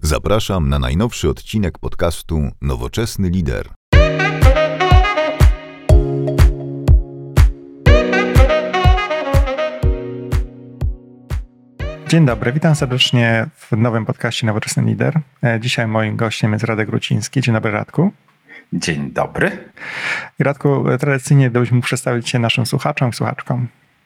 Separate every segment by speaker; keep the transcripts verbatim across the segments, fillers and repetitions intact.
Speaker 1: Zapraszam na najnowszy odcinek podcastu Nowoczesny Lider.
Speaker 2: Dzień dobry, witam serdecznie w nowym podcaście Nowoczesny Lider. Dzisiaj moim gościem jest Radek Ruciński. Dzień dobry, Radku.
Speaker 3: Dzień dobry.
Speaker 2: I Radku, tradycyjnie gdybyś mógł przedstawić się naszym słuchaczom i słuchaczkom.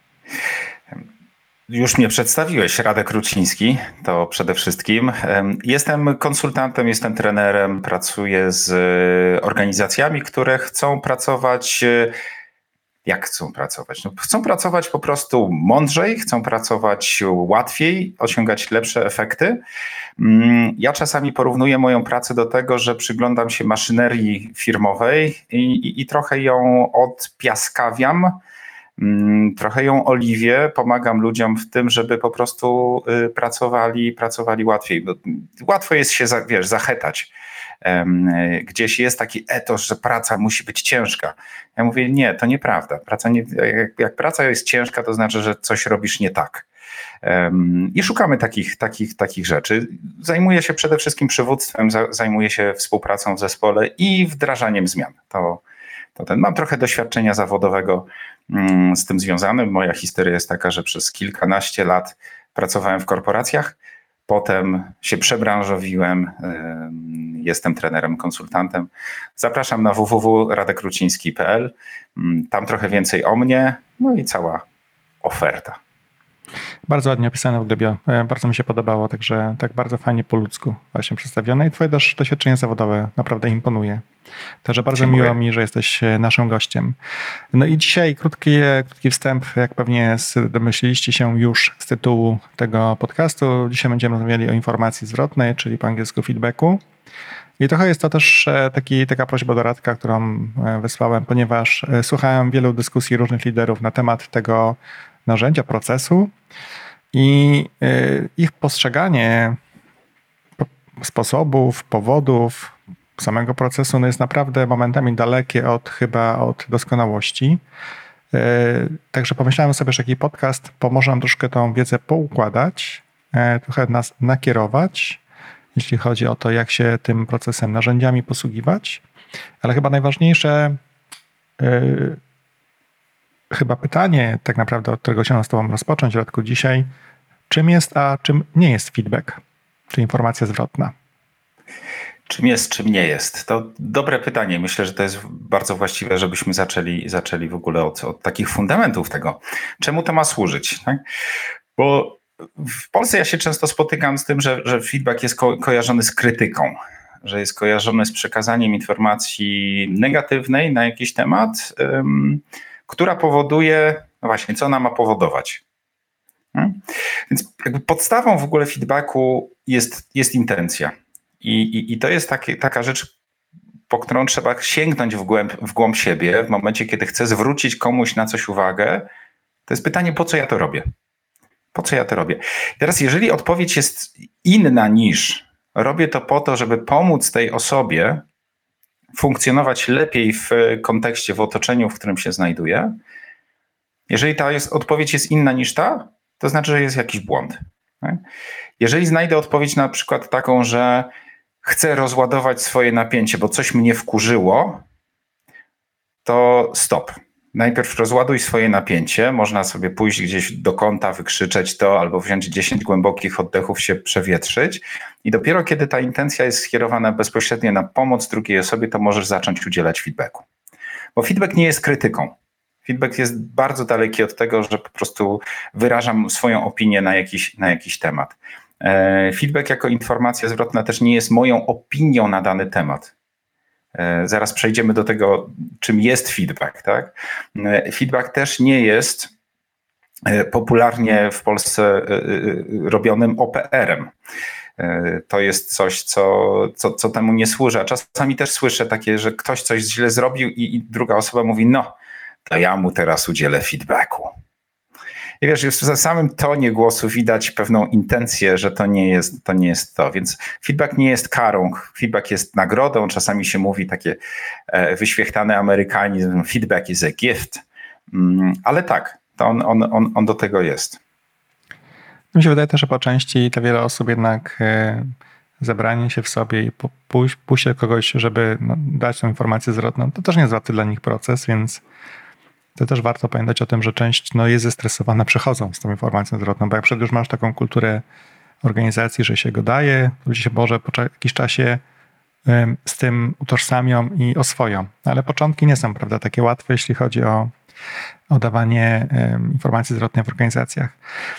Speaker 3: Już mnie przedstawiłeś, Radek Ruciński, to przede wszystkim. Jestem konsultantem, jestem trenerem, pracuję z organizacjami, które chcą pracować. Jak chcą pracować? No, chcą pracować po prostu mądrzej, chcą pracować łatwiej, osiągać lepsze efekty. Ja czasami porównuję moją pracę do tego, że przyglądam się maszynerii firmowej i, i, i trochę ją odpiaskawiam, trochę ją oliwię, pomagam ludziom w tym, żeby po prostu pracowali, pracowali łatwiej. Łatwo jest się, wiesz, zachetać. Gdzieś jest taki etos, że praca musi być ciężka. Ja mówię, nie, to nieprawda. Praca nie, jak, jak praca jest ciężka, to znaczy, że coś robisz nie tak. I szukamy takich, takich, takich rzeczy. Zajmuję się przede wszystkim przywództwem, zajmuję się współpracą w zespole i wdrażaniem zmian. To, to ten, mam trochę doświadczenia zawodowego z tym związanym. Moja historia jest taka, że przez kilkanaście lat pracowałem w korporacjach. Potem się przebranżowiłem, jestem trenerem, konsultantem. Zapraszam na w w w kropka radek ruciński kropka p l. Tam trochę więcej o mnie, no i cała oferta.
Speaker 2: Bardzo ładnie opisane w ogóle, bardzo mi się podobało, także tak bardzo fajnie po ludzku właśnie przedstawione i twoje też doświadczenie zawodowe naprawdę imponuje. Także bardzo Dziękuję. Miło mi, że jesteś naszym gościem. No i dzisiaj krótki, krótki wstęp, jak pewnie domyśliliście się już z tytułu tego podcastu. Dzisiaj będziemy rozmawiali o informacji zwrotnej, czyli po angielsku feedbacku. I trochę jest to też taki, taka prośba do Radka, którą wysłałem, ponieważ słuchałem wielu dyskusji różnych liderów na temat tego narzędzia, procesu i ich postrzeganie sposobów, powodów samego procesu no jest naprawdę momentami dalekie od chyba od doskonałości. Także pomyślałem sobie, że taki podcast pomoże nam troszkę tą wiedzę poukładać, trochę nas nakierować, jeśli chodzi o to, jak się tym procesem, narzędziami posługiwać, ale chyba najważniejsze Chyba pytanie, tak naprawdę, od którego chciałem z tobą rozpocząć, Radku, dzisiaj. Czym jest, a czym nie jest feedback, czy informacja zwrotna?
Speaker 3: Czym jest, czym nie jest? To dobre pytanie. Myślę, że to jest bardzo właściwe, żebyśmy zaczęli, zaczęli w ogóle od, od takich fundamentów tego. Czemu to ma służyć? Tak? Bo w Polsce ja się często spotykam z tym, że, że feedback jest ko- kojarzony z krytyką, że jest kojarzony z przekazaniem informacji negatywnej na jakiś temat, um, która powoduje, no właśnie, co ona ma powodować. Hmm? Więc jakby podstawą w ogóle feedbacku jest, jest intencja. I, i, i to jest taki, taka rzecz, po którą trzeba sięgnąć w głąb, w głąb siebie w momencie, kiedy chcę zwrócić komuś na coś uwagę. To jest pytanie, po co ja to robię? Po co ja to robię? Teraz jeżeli odpowiedź jest inna niż robię to po to, żeby pomóc tej osobie funkcjonować lepiej w kontekście, w otoczeniu, w którym się znajduje. Jeżeli ta jest, odpowiedź jest inna niż ta, to znaczy, że jest jakiś błąd. Tak? Jeżeli znajdę odpowiedź na przykład taką, że chcę rozładować swoje napięcie, bo coś mnie wkurzyło, to stop. Najpierw rozładuj swoje napięcie, można sobie pójść gdzieś do kąta, wykrzyczeć to albo wziąć dziesięć głębokich oddechów, się przewietrzyć i dopiero kiedy ta intencja jest skierowana bezpośrednio na pomoc drugiej osobie, to możesz zacząć udzielać feedbacku. Bo feedback nie jest krytyką. Feedback jest bardzo daleki od tego, że po prostu wyrażam swoją opinię na jakiś, na jakiś temat. Feedback jako informacja zwrotna też nie jest moją opinią na dany temat. Zaraz przejdziemy do tego, czym jest feedback. Tak? Feedback też nie jest popularnie w Polsce robionym O P R-em. To jest coś, co, co, co temu nie służy. A czasami też słyszę takie, że ktoś coś źle zrobił i, i druga osoba mówi, no, to ja mu teraz udzielę feedbacku. I wiesz, już w samym tonie głosu widać pewną intencję, że to nie jest to. Nie jest to. Więc feedback nie jest karą, feedback jest nagrodą. Czasami się mówi takie wyświechtany amerykanizm, feedback is a gift. Ale tak, to on, on, on, on do tego jest.
Speaker 2: Mi się wydaje też, że po części to wiele osób jednak zebranie się w sobie i pójść, pójść do kogoś, żeby no, dać tą informację zwrotną, to też nie jest łatwy dla nich proces, więc to też warto pamiętać o tym, że część no, jest zestresowana przechodząc z tą informacją zwrotną, bo jak przed już masz taką kulturę organizacji, że się go daje, ludzie się może po jakimś czasie um, z tym utożsamią i oswoją, ale początki nie są, prawda, takie łatwe, jeśli chodzi o, o dawanie um, informacji zwrotnej w organizacjach.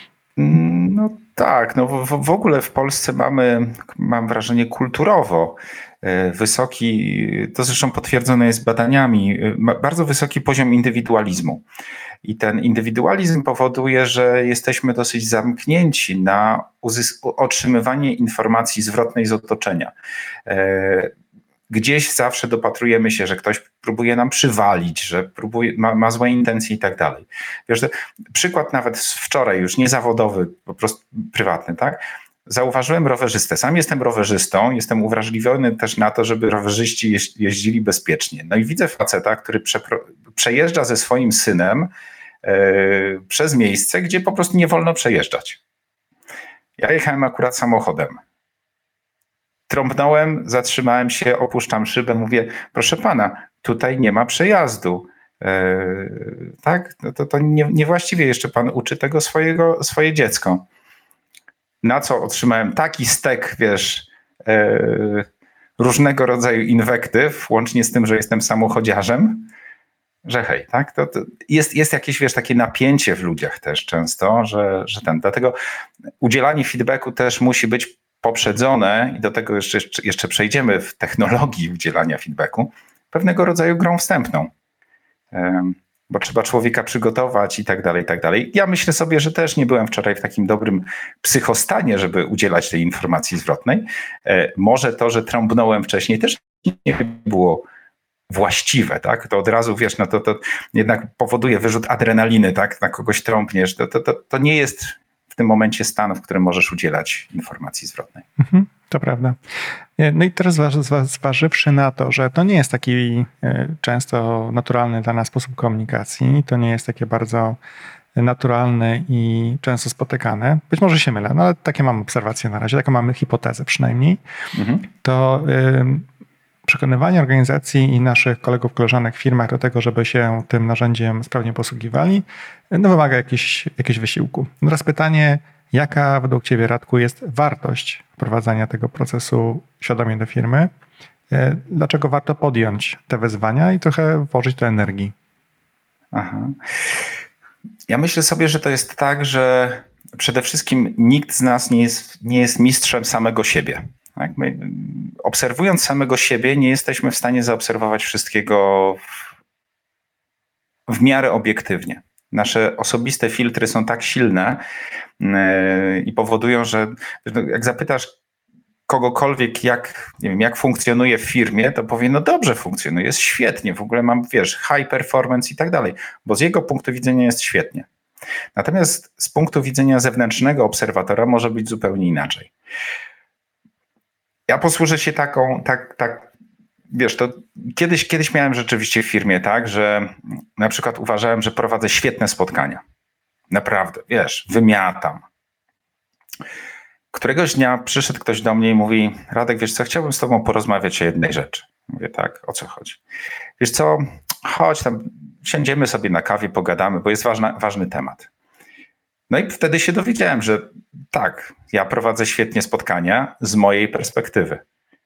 Speaker 3: No tak, no w, w ogóle w Polsce mamy, mam wrażenie, kulturowo wysoki, to zresztą potwierdzone jest badaniami, bardzo wysoki poziom indywidualizmu. I ten indywidualizm powoduje, że jesteśmy dosyć zamknięci na uzys- otrzymywanie informacji zwrotnej z otoczenia. Gdzieś zawsze dopatrujemy się, że ktoś próbuje nam przywalić, że próbuje, ma, ma złe intencje i tak dalej. Wiesz, przykład nawet z wczoraj, już nie zawodowy, po prostu prywatny, tak? Zauważyłem rowerzystę. Sam jestem rowerzystą, jestem uwrażliwiony też na to, żeby rowerzyści jeź, jeździli bezpiecznie. No i widzę faceta, który przepro, przejeżdża ze swoim synem yy, przez miejsce, gdzie po prostu nie wolno przejeżdżać. Ja jechałem akurat samochodem. Trąbnąłem, zatrzymałem się, opuszczam szybę, mówię, proszę pana, tutaj nie ma przejazdu. Yy, tak, no to, to nie, niewłaściwie jeszcze pan uczy tego swojego, swoje dziecko. Na co otrzymałem taki stek, wiesz, yy, różnego rodzaju inwektyw, łącznie z tym, że jestem samochodziarzem, że hej, tak, to, to jest, jest jakieś, wiesz, takie napięcie w ludziach też często, że, że ten, dlatego udzielanie feedbacku też musi być poprzedzone i do tego jeszcze, jeszcze przejdziemy w technologii udzielania feedbacku, pewnego rodzaju grą wstępną, bo trzeba człowieka przygotować i tak dalej, i tak dalej. Ja myślę sobie, że też nie byłem wczoraj w takim dobrym psychostanie, żeby udzielać tej informacji zwrotnej. Może to, że trąbnąłem wcześniej, też nie było właściwe, tak? To od razu, wiesz, no to, to jednak powoduje wyrzut adrenaliny, tak? Na kogoś trąbniesz. To, to, to, to nie jest w tym momencie stan, w którym możesz udzielać informacji zwrotnej.
Speaker 2: Mhm, to prawda. No i teraz zważywszy na to, że to nie jest taki często naturalny dla nas sposób komunikacji, to nie jest takie bardzo naturalne i często spotykane, być może się mylę, no ale takie mam obserwacje na razie, taką mamy hipotezę przynajmniej, mhm. to przekonywanie organizacji i naszych kolegów, koleżanek w firmach do tego, żeby się tym narzędziem sprawnie posługiwali, no wymaga jakiegoś, jakiegoś wysiłku. Teraz pytanie, jaka według ciebie, Radku, jest wartość wprowadzania tego procesu świadomie do firmy? Dlaczego warto podjąć te wyzwania i trochę włożyć do energii?
Speaker 3: Aha. Ja myślę sobie, że to jest tak, że przede wszystkim nikt z nas nie jest, nie jest mistrzem samego siebie. Tak? My, obserwując samego siebie, nie jesteśmy w stanie zaobserwować wszystkiego w, w miarę obiektywnie. Nasze osobiste filtry są tak silne yy, i powodują, że jak zapytasz kogokolwiek, jak, nie wiem, jak funkcjonuje w firmie, to powie, no dobrze funkcjonuje, jest świetnie, w ogóle mam, wiesz, high performance i tak dalej, bo z jego punktu widzenia jest świetnie. Natomiast z punktu widzenia zewnętrznego obserwatora może być zupełnie inaczej. Ja posłużę się taką, tak, tak, wiesz, to kiedyś, kiedyś miałem rzeczywiście w firmie tak, że na przykład uważałem, że prowadzę świetne spotkania. Naprawdę, wiesz, wymiatam. Któregoś dnia przyszedł ktoś do mnie i mówi, Radek, wiesz co, chciałbym z tobą porozmawiać o jednej rzeczy. Mówię, tak, o co chodzi? Wiesz co, chodź tam, siądziemy sobie na kawie, pogadamy, bo jest ważna, ważny temat. No i wtedy się dowiedziałem, że tak, ja prowadzę świetnie spotkania z mojej perspektywy.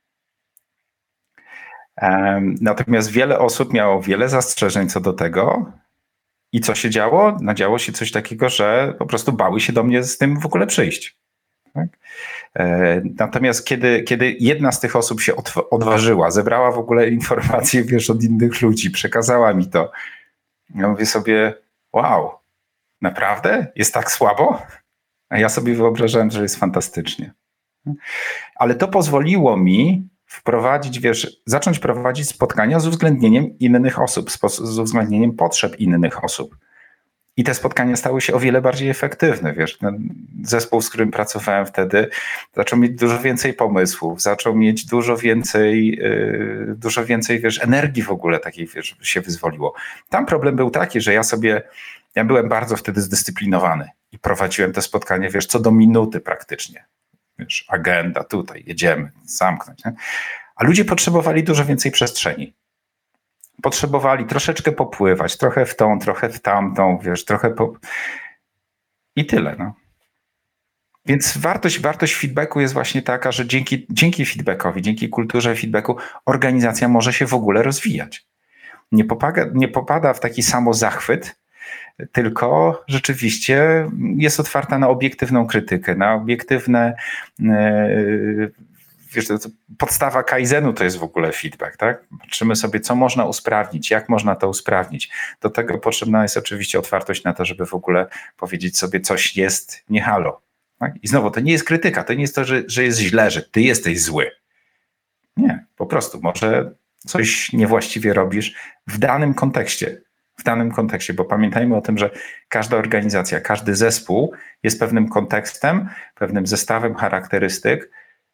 Speaker 3: Um, natomiast wiele osób miało wiele zastrzeżeń co do tego. I co się działo? No działo się coś takiego, że po prostu bały się do mnie z tym w ogóle przyjść. Tak? E, natomiast kiedy, kiedy jedna z tych osób się odważyła, zebrała w ogóle informacje, wiesz, od innych ludzi, przekazała mi to, ja mówię sobie, wow, naprawdę? Jest tak słabo? A ja sobie wyobrażałem, że jest fantastycznie. Ale to pozwoliło mi wprowadzić, wiesz, zacząć prowadzić spotkania z uwzględnieniem innych osób, z uwzględnieniem potrzeb innych osób. I te spotkania stały się o wiele bardziej efektywne, wiesz. Zespół, z którym pracowałem wtedy, zaczął mieć dużo więcej pomysłów, zaczął mieć dużo więcej, yy, dużo więcej, wiesz, energii w ogóle takiej, wiesz, się wyzwoliło. Tam problem był taki, że ja sobie, ja byłem bardzo wtedy zdyscyplinowany i prowadziłem te spotkania, wiesz, co do minuty praktycznie. wiesz, agenda, tutaj jedziemy, zamknąć. Nie? A ludzie potrzebowali dużo więcej przestrzeni. Potrzebowali troszeczkę popływać, trochę w tą, trochę w tamtą, wiesz, trochę po... I tyle, no. Więc wartość, wartość feedbacku jest właśnie taka, że dzięki, dzięki feedbackowi, dzięki kulturze feedbacku organizacja może się w ogóle rozwijać. Nie popada, nie popada w taki samozachwyt, tylko rzeczywiście jest otwarta na obiektywną krytykę, na obiektywne... Yy, wiesz, to, to podstawa Kaizenu to jest w ogóle feedback, tak? Patrzymy sobie, co można usprawnić, jak można to usprawnić. Do tego potrzebna jest oczywiście otwartość na to, żeby w ogóle powiedzieć sobie, coś jest nie halo. Tak? I znowu, to nie jest krytyka, to nie jest to, że, że jest źle, że ty jesteś zły. Nie, po prostu może coś niewłaściwie robisz w danym kontekście. W danym kontekście, bo pamiętajmy o tym, że każda organizacja, każdy zespół jest pewnym kontekstem, pewnym zestawem charakterystyk,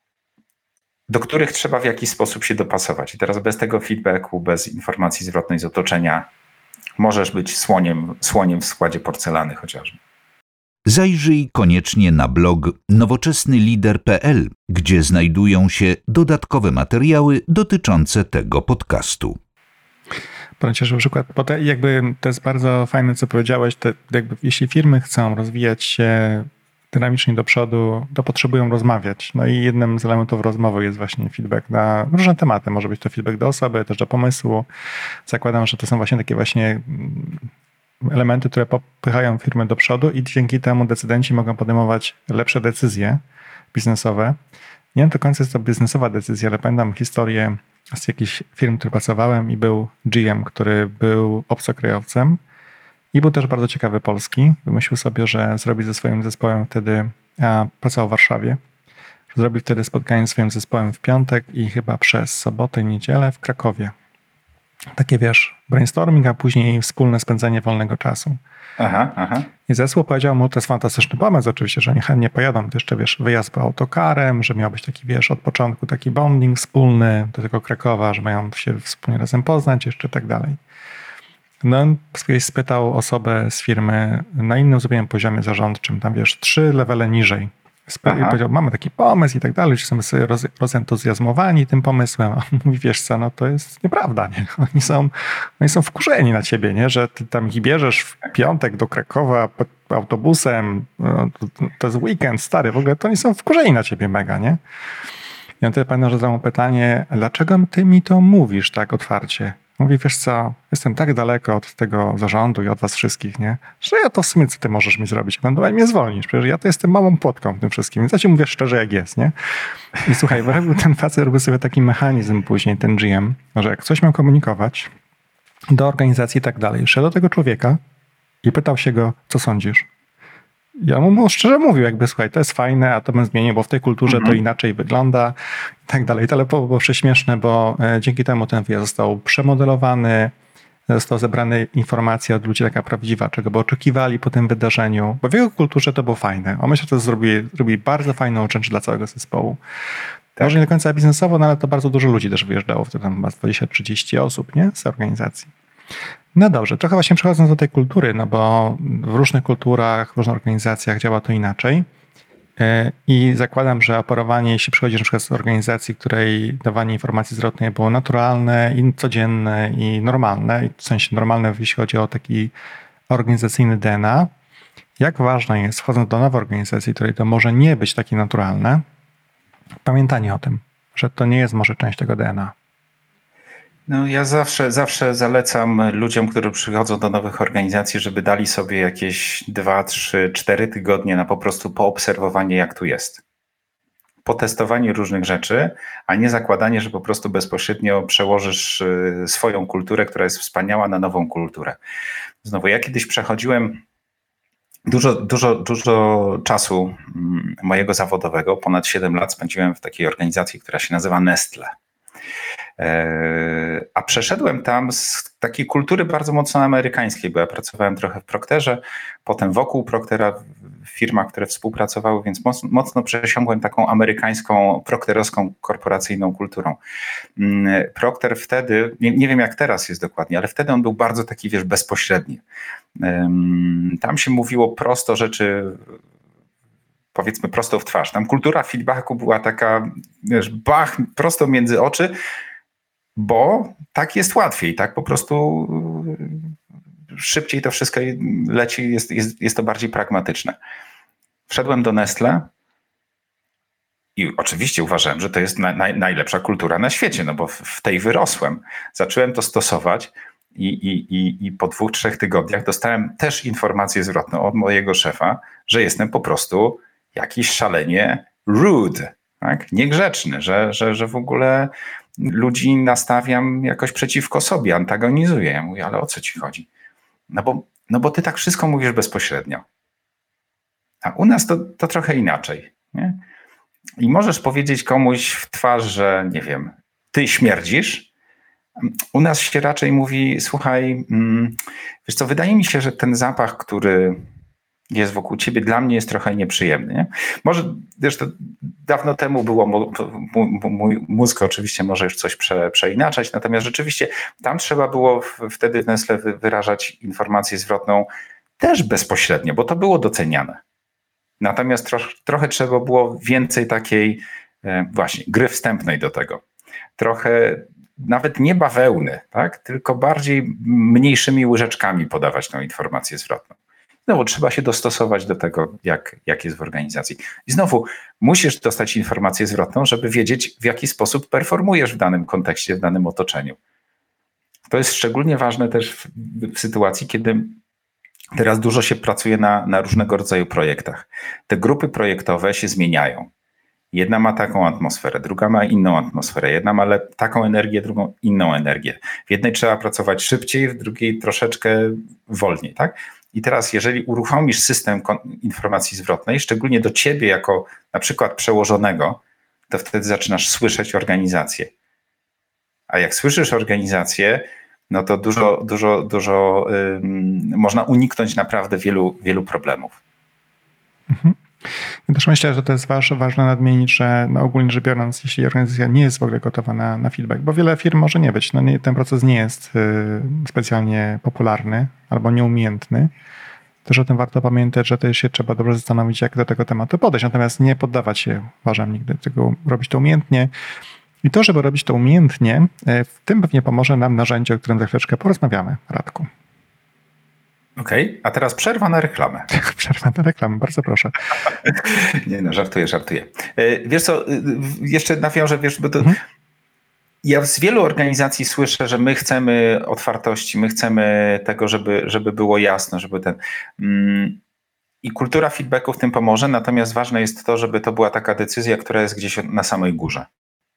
Speaker 3: do których trzeba w jakiś sposób się dopasować. I teraz bez tego feedbacku, bez informacji zwrotnej z otoczenia możesz być słoniem, słoniem w składzie porcelany chociażby.
Speaker 1: Zajrzyj koniecznie na blog nowoczesny lider kropka p l, gdzie znajdują się dodatkowe materiały dotyczące tego podcastu.
Speaker 2: Pocieszył przykład, bo to jakby to jest bardzo fajne, co powiedziałeś, to jakby jeśli firmy chcą rozwijać się dynamicznie do przodu, to potrzebują rozmawiać. No i jednym z elementów rozmowy jest właśnie feedback na różne tematy. Może być to feedback do osoby, też do pomysłu. Zakładam, że to są właśnie takie właśnie elementy, które popychają firmy do przodu i dzięki temu decydenci mogą podejmować lepsze decyzje biznesowe. Nie wiem do końca jest to biznesowa decyzja, ale pamiętam historię z jakichś firm, w których pracowałem i był G M, który był obcokrajowcem i był też bardzo ciekawy Polski. Wymyślił sobie, że zrobi ze swoim zespołem wtedy, a pracował w Warszawie, że zrobi wtedy spotkanie ze swoim zespołem w piątek i chyba przez sobotę i niedzielę w Krakowie. Takie wiesz, brainstorming, a później wspólne spędzenie wolnego czasu.
Speaker 3: Aha, aha.
Speaker 2: I zespół powiedział mu, to jest fantastyczny pomysł oczywiście, że oni chętnie pojadą. To jeszcze wiesz, wyjazd autokarem, że miał być taki wiesz, od początku taki bonding wspólny do tego Krakowa, że mają się wspólnie razem poznać jeszcze tak dalej. No on spytał osobę z firmy na innym zupełnie poziomie zarządczym, tam wiesz, trzy levele niżej. I powiedział, mamy taki pomysł i tak dalej, że są sobie roz, rozentuzjazmowani tym pomysłem. A on mówi, wiesz co, no to jest nieprawda, nie? Oni są, oni są wkurzeni na ciebie, nie? Że ty tam ich bierzesz w piątek do Krakowa pod autobusem, no, to, to jest weekend, stary, w ogóle to oni są wkurzeni na ciebie mega, nie? I on wtedy pamiętam, że zadał mu pytanie, dlaczego ty mi to mówisz tak otwarcie? Mówi, wiesz co, jestem tak daleko od tego zarządu i od was wszystkich, nie? Że ja to w sumie co ty możesz mi zrobić? Ewentualnie mnie zwolnisz, przecież ja to jestem małą płotką w tym wszystkim, więc ja ci mówię szczerze jak jest, nie? I słuchaj, robił ten facet, robił sobie taki mechanizm później, ten G M, że jak coś miał komunikować do organizacji i tak dalej, szedł do tego człowieka i pytał się go, co sądzisz? Ja mu szczerze mówił, jakby słuchaj, to jest fajne, a to bym zmienił, bo w tej kulturze to inaczej wygląda i tak dalej. To ale było prześmieszne, bo dzięki temu ten wyjazd został przemodelowany, został zebrane informacje od ludzi taka prawdziwa, czego by oczekiwali po tym wydarzeniu, bo w jego kulturze to było fajne. On myślał, że to zrobili, zrobili bardzo fajną rzecz dla całego zespołu. Tak. Może nie do końca biznesowo, no ale to bardzo dużo ludzi też wyjeżdżało, wtedy tam chyba dwadzieścia trzydzieści osób, nie? Z organizacji. No dobrze, trochę właśnie przechodząc do tej kultury, no bo w różnych kulturach, w różnych organizacjach działa to inaczej i zakładam, że operowanie, jeśli przychodzisz na przykład z organizacji, której dawanie informacji zwrotnej było naturalne i codzienne i normalne, w sensie normalne, jeśli chodzi o taki organizacyjny D N A, jak ważne jest, wchodząc do nowej organizacji, której to może nie być takie naturalne, pamiętanie o tym, że to nie jest może część tego D N A.
Speaker 3: No ja zawsze, zawsze zalecam ludziom, którzy przychodzą do nowych organizacji, żeby dali sobie jakieś dwa, trzy, cztery tygodnie na po prostu poobserwowanie, jak tu jest. Potestowanie różnych rzeczy, a nie zakładanie, że po prostu bezpośrednio przełożysz swoją kulturę, która jest wspaniała, na nową kulturę. Znowu, ja kiedyś przechodziłem dużo, dużo, dużo czasu mojego zawodowego, ponad siedem lat spędziłem w takiej organizacji, która się nazywa Nestle. A przeszedłem tam z takiej kultury bardzo mocno amerykańskiej, bo ja pracowałem trochę w Procterze, potem wokół Proctera w firmach, które współpracowały, więc mocno, mocno przesiągłem taką amerykańską, procterowską, korporacyjną kulturą. Procter wtedy, nie, nie wiem jak teraz jest dokładnie, ale wtedy on był bardzo taki, wiesz, bezpośredni. Tam się mówiło prosto rzeczy powiedzmy prosto w twarz. Tam kultura feedbacku była taka, wiesz, bach, prosto między oczy, bo tak jest łatwiej, tak po prostu szybciej to wszystko leci, jest, jest, jest to bardziej pragmatyczne. Wszedłem do Nestle i oczywiście uważałem, że to jest na, na, najlepsza kultura na świecie, no bo w, w tej wyrosłem. Zacząłem to stosować i, i, i, i po dwóch, trzech tygodniach dostałem też informację zwrotną od mojego szefa, że jestem po prostu jakiś szalenie rude, tak? Niegrzeczny, że, że, że w ogóle ludzi nastawiam jakoś przeciwko sobie, antagonizuję. Ja mówię, ale o co ci chodzi? No bo, no bo ty tak wszystko mówisz bezpośrednio. A u nas to, to trochę inaczej. Nie? I możesz powiedzieć komuś w twarz, że nie wiem, ty śmierdzisz. U nas się raczej mówi, słuchaj, mm, wiesz co, wydaje mi się, że ten zapach, który jest wokół ciebie, dla mnie jest trochę nieprzyjemny. Nie? Może, wiesz, to dawno temu było, mój mózg oczywiście może już coś prze, przeinaczać, natomiast rzeczywiście tam trzeba było w, wtedy w Nestle wyrażać informację zwrotną też bezpośrednio, bo to było doceniane. Natomiast tro, trochę trzeba było więcej takiej e, właśnie gry wstępnej do tego. Trochę nawet nie bawełny, tak? Tylko bardziej mniejszymi łyżeczkami podawać tą informację zwrotną. No bo trzeba się dostosować do tego, jak, jak jest w organizacji. I znowu musisz dostać informację zwrotną, żeby wiedzieć, w jaki sposób performujesz w danym kontekście, w danym otoczeniu. To jest szczególnie ważne też w, w sytuacji, kiedy teraz dużo się pracuje na, na różnego rodzaju projektach. Te grupy projektowe się zmieniają. Jedna ma taką atmosferę, druga ma inną atmosferę. Jedna ma lep- taką energię, drugą inną energię. W jednej trzeba pracować szybciej, w drugiej troszeczkę wolniej, tak? I teraz, jeżeli uruchomisz system informacji zwrotnej, szczególnie do ciebie jako na przykład przełożonego, to wtedy zaczynasz słyszeć organizację. A jak słyszysz organizację, no to dużo, dużo, dużo ym, można uniknąć naprawdę wielu, wielu problemów.
Speaker 2: Mhm. Ja też myślę, że to jest ważne, ważne nadmienić, że no ogólnie rzecz biorąc, jeśli organizacja nie jest w ogóle gotowa na, na feedback, bo wiele firm może nie być, no nie, ten proces nie jest y, specjalnie popularny albo nieumiejętny, też o tym warto pamiętać, że też się trzeba dobrze zastanowić, jak do tego tematu podejść, natomiast nie poddawać się, uważam, nigdy, tylko robić to umiejętnie. I to, żeby robić to umiejętnie, w tym pewnie pomoże nam narzędzie, o którym za chwileczkę porozmawiamy, Radku.
Speaker 3: Okej, okay, a teraz przerwa na reklamę.
Speaker 2: Przerwa na reklamę, bardzo proszę.
Speaker 3: Nie no, żartuję, żartuję. Wiesz co, jeszcze nawiążę, wiesz, bo to... Mhm. Ja z wielu organizacji słyszę, że my chcemy otwartości, my chcemy tego, żeby, żeby było jasno, żeby ten... Mm, i kultura feedbacku w tym pomoże, natomiast ważne jest to, żeby to była taka decyzja, która jest gdzieś na samej górze.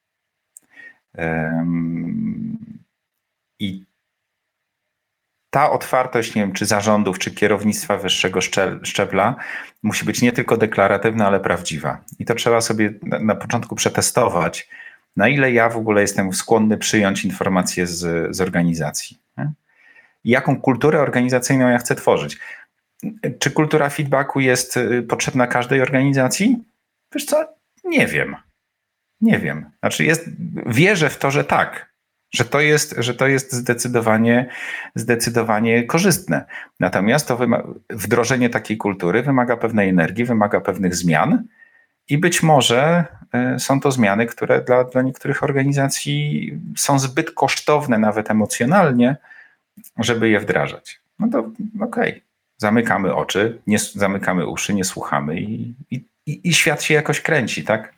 Speaker 3: Um, I ta otwartość, nie wiem, czy zarządów, czy kierownictwa wyższego szczebla musi być nie tylko deklaratywna, ale prawdziwa. I to trzeba sobie na, na początku przetestować, na ile ja w ogóle jestem skłonny przyjąć informacje z, z organizacji. Nie? I jaką kulturę organizacyjną ja chcę tworzyć. Czy kultura feedbacku jest potrzebna każdej organizacji? Wiesz co? Nie wiem. Nie wiem. Znaczy jest, wierzę w to, że tak. Że to jest, że to jest zdecydowanie, zdecydowanie korzystne. Natomiast to wyma- wdrożenie takiej kultury wymaga pewnej energii, wymaga pewnych zmian i być może y, są to zmiany, które dla, dla niektórych organizacji są zbyt kosztowne, nawet emocjonalnie, żeby je wdrażać. No to okej, okay. Zamykamy oczy, nie, zamykamy uszy, nie słuchamy i, i, i świat się jakoś kręci, tak?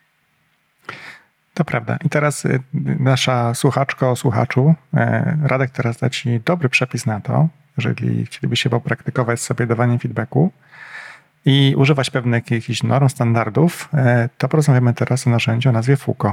Speaker 2: To prawda. I teraz nasza słuchaczko, słuchaczu, Radek teraz da ci dobry przepis na to, jeżeli chcielibyście popraktykować sobie dawanie feedbacku i używać pewnych jakichś norm, standardów, to porozmawiamy teraz o narzędziu o nazwie Fuko.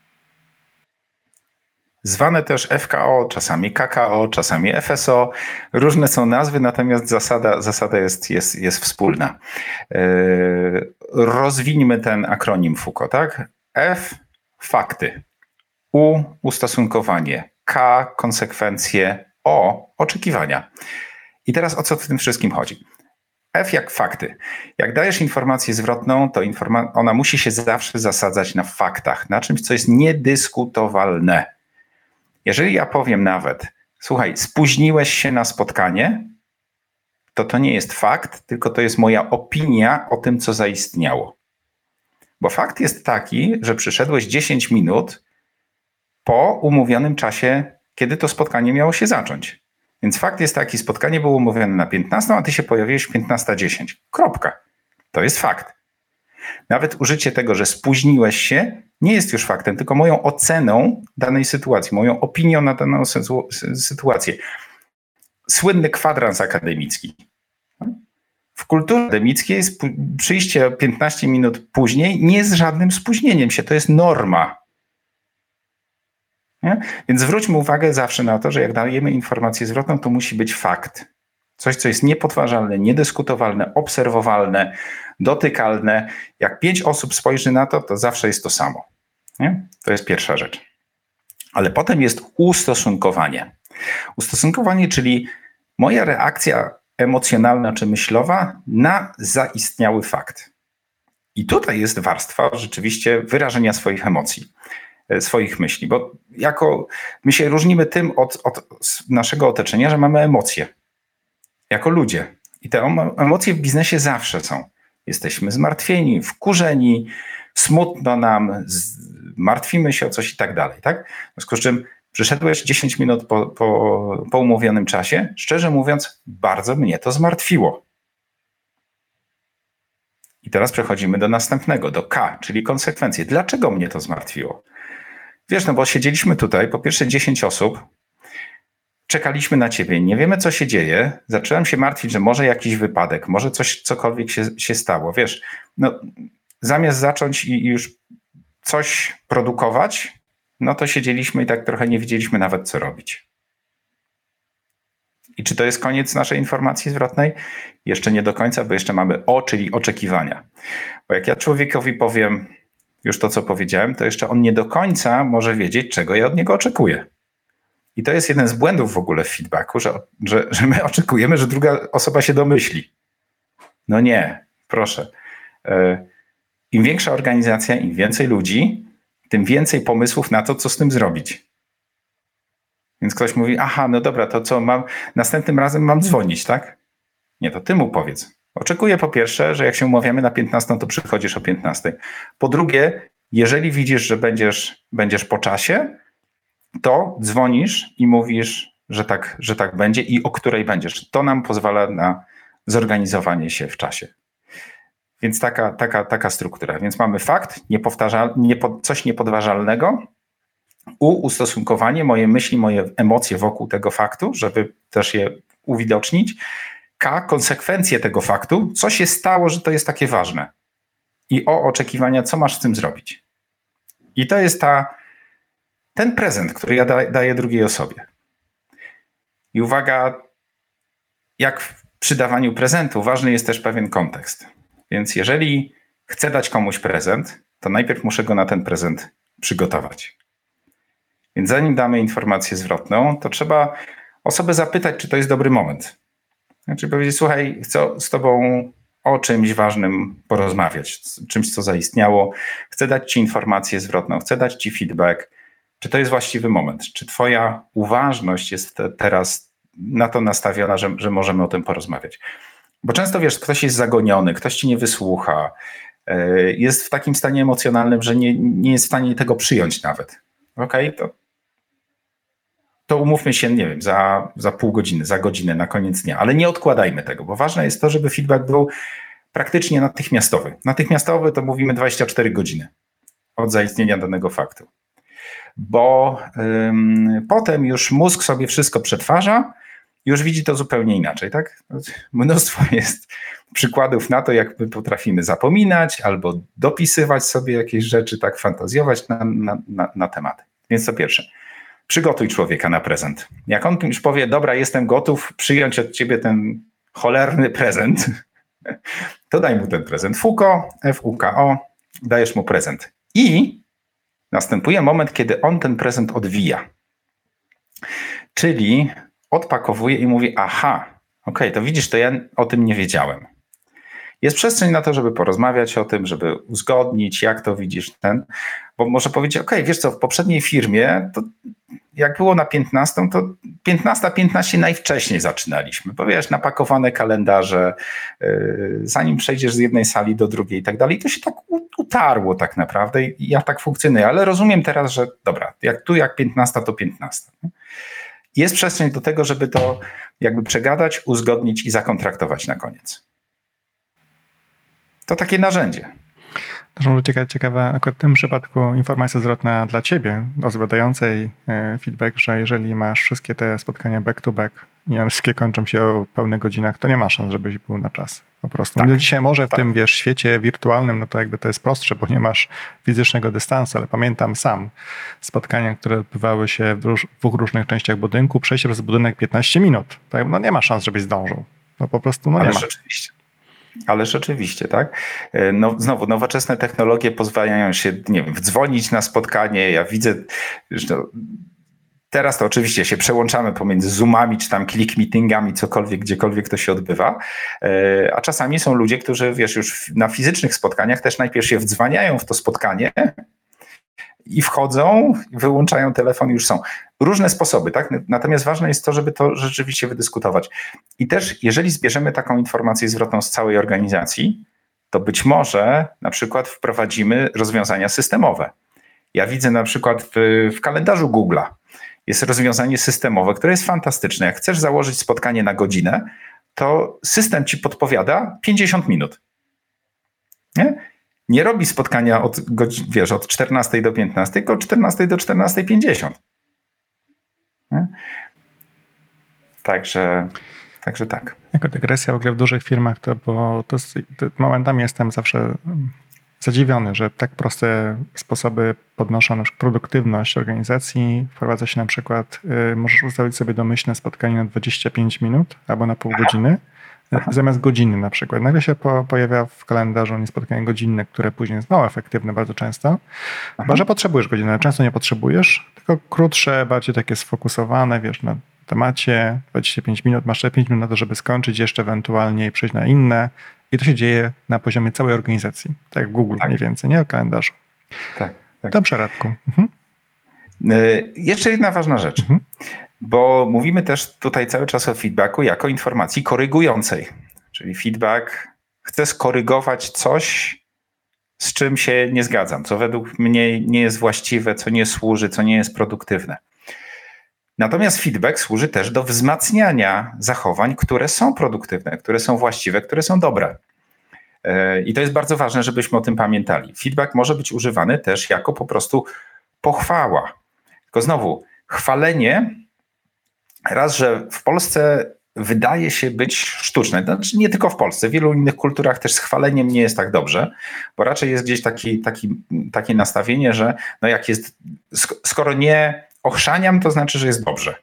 Speaker 3: Zwane też F K O, czasami K K O, czasami F S O. Różne są nazwy, natomiast zasada, zasada jest, jest, jest wspólna. Yy, rozwińmy ten akronim Fuko, tak? F fakty, U ustosunkowanie, K konsekwencje, O oczekiwania. I teraz o co w tym wszystkim chodzi? F jak fakty. Jak dajesz informację zwrotną, to informa- ona musi się zawsze zasadzać na faktach, na czymś, co jest niedyskutowalne. Jeżeli ja powiem nawet, słuchaj, spóźniłeś się na spotkanie, to to nie jest fakt, tylko to jest moja opinia o tym, co zaistniało. Bo fakt jest taki, że przyszedłeś dziesięć minut po umówionym czasie, kiedy to spotkanie miało się zacząć. Więc fakt jest taki, spotkanie było umówione na piętnastą, a ty się pojawiłeś w piętnasta dziesięć. Kropka. To jest fakt. Nawet użycie tego, że spóźniłeś się, nie jest już faktem, tylko moją oceną danej sytuacji, moją opinią na daną sytuację. Słynny kwadrans akademicki. W kulturze akademickiej przyjście piętnaście minut później nie jest żadnym spóźnieniem się, to jest norma. Nie? Więc zwróćmy uwagę zawsze na to, że jak dajemy informację zwrotną, to musi być fakt. Coś, co jest niepodważalne, niedyskutowalne, obserwowalne, dotykalne. Jak pięć osób spojrzy na to, to zawsze jest to samo. Nie? To jest pierwsza rzecz. Ale potem jest ustosunkowanie. Ustosunkowanie, czyli moja reakcja emocjonalna czy myślowa na zaistniały fakt. I tutaj jest warstwa rzeczywiście wyrażenia swoich emocji, swoich myśli, bo jako my się różnimy tym od, od naszego otoczenia, że mamy emocje jako ludzie. I te emocje w biznesie zawsze są. Jesteśmy zmartwieni, wkurzeni, smutno nam, martwimy się o coś i tak dalej. Tak? W związku z czym przyszedłeś dziesięć minut po, po, po umówionym czasie. Szczerze mówiąc, bardzo mnie to zmartwiło. I teraz przechodzimy do następnego, do K, czyli konsekwencje. Dlaczego mnie to zmartwiło? Wiesz, no bo siedzieliśmy tutaj, po pierwsze dziesięć osób, czekaliśmy na ciebie, nie wiemy, co się dzieje. Zacząłem się martwić, że może jakiś wypadek, może coś, cokolwiek się, się stało. Wiesz, no zamiast zacząć i, i już coś produkować, no to siedzieliśmy i tak trochę nie wiedzieliśmy nawet, co robić. I czy to jest koniec naszej informacji zwrotnej? Jeszcze nie do końca, bo jeszcze mamy O, czyli oczekiwania. Bo jak ja człowiekowi powiem już to, co powiedziałem, to jeszcze on nie do końca może wiedzieć, czego ja od niego oczekuję. I to jest jeden z błędów w ogóle w feedbacku, że, że, że my oczekujemy, że druga osoba się domyśli. No nie, proszę. Im większa organizacja, im więcej ludzi, tym więcej pomysłów na to, co z tym zrobić. Więc ktoś mówi, aha, no dobra, to co mam, następnym razem mam dzwonić, tak? Nie, to ty mu powiedz. Oczekuję po pierwsze, że jak się umawiamy na piętnastą, to przychodzisz o piętnastej. Po drugie, jeżeli widzisz, że będziesz, będziesz po czasie, to dzwonisz i mówisz, że tak, że tak będzie i o której będziesz. To nam pozwala na zorganizowanie się w czasie. Więc taka, taka, taka struktura. Więc mamy fakt, niepowtarzal, niepo, coś niepodważalnego, U, ustosunkowanie, moje myśli, moje emocje wokół tego faktu, żeby też je uwidocznić. K, konsekwencje tego faktu, co się stało, że to jest takie ważne. I O, oczekiwania, co masz z tym zrobić. I to jest ta, ten prezent, który ja da, daję drugiej osobie. I uwaga, jak w przydawaniu prezentu, ważny jest też pewien kontekst. Więc jeżeli chcę dać komuś prezent, to najpierw muszę go na ten prezent przygotować. Więc zanim damy informację zwrotną, to trzeba osobę zapytać, czy to jest dobry moment. Znaczy powiedzieć, słuchaj, chcę z tobą o czymś ważnym porozmawiać, czymś, co zaistniało. Chcę dać ci informację zwrotną, chcę dać ci feedback. Czy to jest właściwy moment? Czy twoja uważność jest te, teraz na to nastawiona, że, że możemy o tym porozmawiać? Bo często, wiesz, ktoś jest zagoniony, ktoś ci nie wysłucha, jest w takim stanie emocjonalnym, że nie, nie jest w stanie tego przyjąć nawet. Okej, okay, to, to umówmy się, nie wiem, za, za pół godziny, za godzinę, na koniec dnia, ale nie odkładajmy tego, bo ważne jest to, żeby feedback był praktycznie natychmiastowy. Natychmiastowy to mówimy dwadzieścia cztery godziny od zaistnienia danego faktu. Bo ym, potem już mózg sobie wszystko przetwarza, już widzi to zupełnie inaczej, tak? Mnóstwo jest przykładów na to, jak my potrafimy zapominać albo dopisywać sobie jakieś rzeczy, tak fantazjować na, na, na, na tematy. Więc to pierwsze. Przygotuj człowieka na prezent. Jak on już powie, dobra, jestem gotów przyjąć od ciebie ten cholerny prezent, to daj mu ten prezent. Fuko, F U K O, dajesz mu prezent. I następuje moment, kiedy on ten prezent odwija. Czyli odpakowuje i mówi, aha, okej, okay, to widzisz, to ja o tym nie wiedziałem. Jest przestrzeń na to, żeby porozmawiać o tym, żeby uzgodnić, jak to widzisz ten, bo może powiedzieć, okej, okay, wiesz co, w poprzedniej firmie, to jak było na piętnastą, to piętnasta piętnaście najwcześniej zaczynaliśmy, bo wiesz, napakowane kalendarze, yy, zanim przejdziesz z jednej sali do drugiej i tak dalej, to się tak utarło tak naprawdę i ja tak funkcjonuję, ale rozumiem teraz, że dobra, jak tu jak piętnasta, to piętnasta. Jest przestrzeń do tego, żeby to jakby przegadać, uzgodnić i zakontraktować na koniec. To takie narzędzie.
Speaker 2: Też może ciekawe, ciekawe, akurat w tym przypadku informacja zwrotna dla ciebie, osoby dającej feedback, że jeżeli masz wszystkie te spotkania back to back i one wszystkie kończą się o pełnych godzinach, to nie ma szans, żebyś był na czas. Po prostu. Tak, no dzisiaj może w tak. tym, wiesz, świecie wirtualnym, no to jakby to jest prostsze, bo nie masz fizycznego dystansu, ale pamiętam sam spotkania, które odbywały się w, róż, w dwóch różnych częściach budynku, przejść przez budynek piętnaście minut. To no nie ma szans, żebyś zdążył. No po prostu no nie
Speaker 3: ale
Speaker 2: ma.
Speaker 3: Rzeczywiście. Ale rzeczywiście, tak? No, znowu, nowoczesne technologie pozwalają się, nie wiem, wdzwonić na spotkanie. Ja widzę, że teraz to oczywiście się przełączamy pomiędzy Zoomami, czy tam click meetingami, cokolwiek, gdziekolwiek to się odbywa. A czasami są ludzie, którzy, wiesz, już na fizycznych spotkaniach też najpierw się wdzwaniają w to spotkanie i wchodzą, wyłączają telefon i już są. Różne sposoby, tak? Natomiast ważne jest to, żeby to rzeczywiście wydyskutować. I też, jeżeli zbierzemy taką informację zwrotną z całej organizacji, to być może na przykład wprowadzimy rozwiązania systemowe. Ja widzę na przykład w, w kalendarzu Google'a jest rozwiązanie systemowe, które jest fantastyczne. Jak chcesz założyć spotkanie na godzinę, to system ci podpowiada pięćdziesiąt minut. Nie? Nie robi spotkania od, wiesz, od czternastej do piętnastej, tylko od czternastej do czternastej pięćdziesiąt. Nie? Także, także tak.
Speaker 2: Jako dygresja w ogóle w dużych firmach, to, bo to, to momentami jestem zawsze zadziwiony, że tak proste sposoby podnoszą na przykład produktywność organizacji. Wprowadza się na przykład, y, możesz ustawić sobie domyślne spotkanie na dwadzieścia pięć minut albo na pół godziny. Aha. Zamiast godziny na przykład. Nagle się po, pojawia w kalendarzu spotkanie godzinne, które później jest mało efektywne bardzo często. Chyba, że potrzebujesz godziny, ale często nie potrzebujesz, tylko krótsze, bardziej takie sfokusowane, wiesz, na temacie, dwadzieścia pięć minut, masz pięć minut na to, żeby skończyć jeszcze ewentualnie i przejść na inne. I to się dzieje na poziomie całej organizacji, tak jak w Google tak. mniej więcej, nie o kalendarzu.
Speaker 3: Tak, tak.
Speaker 2: Dobrze, Radku. Mhm.
Speaker 3: Y- jeszcze jedna ważna rzecz. Mhm. Bo mówimy też tutaj cały czas o feedbacku jako informacji korygującej. Czyli feedback chce skorygować coś, z czym się nie zgadzam, co według mnie nie jest właściwe, co nie służy, co nie jest produktywne. Natomiast feedback służy też do wzmacniania zachowań, które są produktywne, które są właściwe, które są dobre. I to jest bardzo ważne, żebyśmy o tym pamiętali. Feedback może być używany też jako po prostu pochwała. Tylko znowu, chwalenie raz, że w Polsce wydaje się być sztuczne. Znaczy nie tylko w Polsce, w wielu innych kulturach też z chwaleniem nie jest tak dobrze, bo raczej jest gdzieś taki, taki, takie nastawienie, że no jak jest, skoro nie ochrzaniam, to znaczy, że jest dobrze.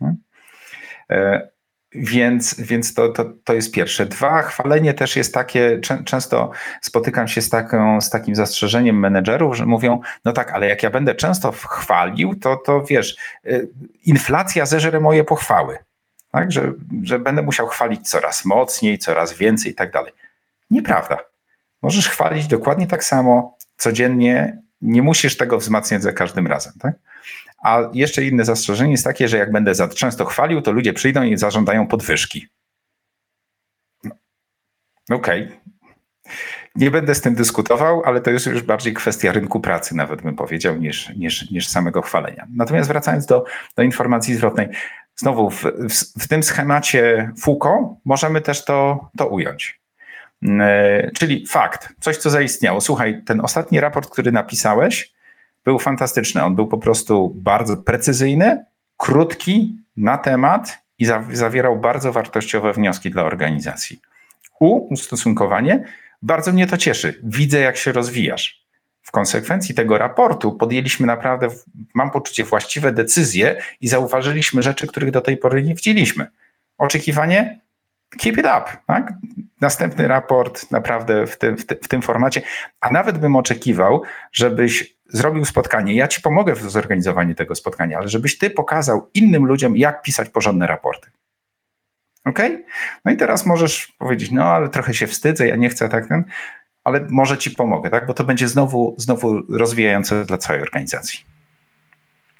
Speaker 3: Więc, więc to, to, to jest pierwsze. Dwa, chwalenie też jest takie, często spotykam się z, taką, z takim zastrzeżeniem menedżerów, że mówią, no tak, ale jak ja będę często chwalił, to, to wiesz, inflacja zeżre moje pochwały. Tak? Że, że będę musiał chwalić coraz mocniej, coraz więcej i tak dalej. Nieprawda. Możesz chwalić dokładnie tak samo codziennie, nie musisz tego wzmacniać za każdym razem. Tak? A jeszcze inne zastrzeżenie jest takie, że jak będę za często chwalił, to ludzie przyjdą i zażądają podwyżki. No. Okej. Okay. Nie będę z tym dyskutował, ale to jest już bardziej kwestia rynku pracy, nawet bym powiedział, niż, niż, niż samego chwalenia. Natomiast wracając do, do informacji zwrotnej, znowu w, w, w tym schemacie Foucault możemy też to, to ująć. Yy, czyli fakt, coś co zaistniało. Słuchaj, ten ostatni raport, który napisałeś, był fantastyczny. On był po prostu bardzo precyzyjny, krótki, na temat i zawierał bardzo wartościowe wnioski dla organizacji. U, ustosunkowanie, bardzo mnie to cieszy. Widzę, jak się rozwijasz. W konsekwencji tego raportu podjęliśmy naprawdę, mam poczucie, właściwe decyzje i zauważyliśmy rzeczy, których do tej pory nie widzieliśmy. Oczekiwanie? Keep it up. Tak? Następny raport naprawdę w tym, w, tym, w tym formacie. A nawet bym oczekiwał, żebyś zrobił spotkanie. Ja ci pomogę w zorganizowaniu tego spotkania, ale żebyś ty pokazał innym ludziom, jak pisać porządne raporty. Okej? Okay? No i teraz możesz powiedzieć, no ale trochę się wstydzę, ja nie chcę tak, ten, ale może ci pomogę, tak? Bo to będzie znowu, znowu rozwijające dla całej organizacji.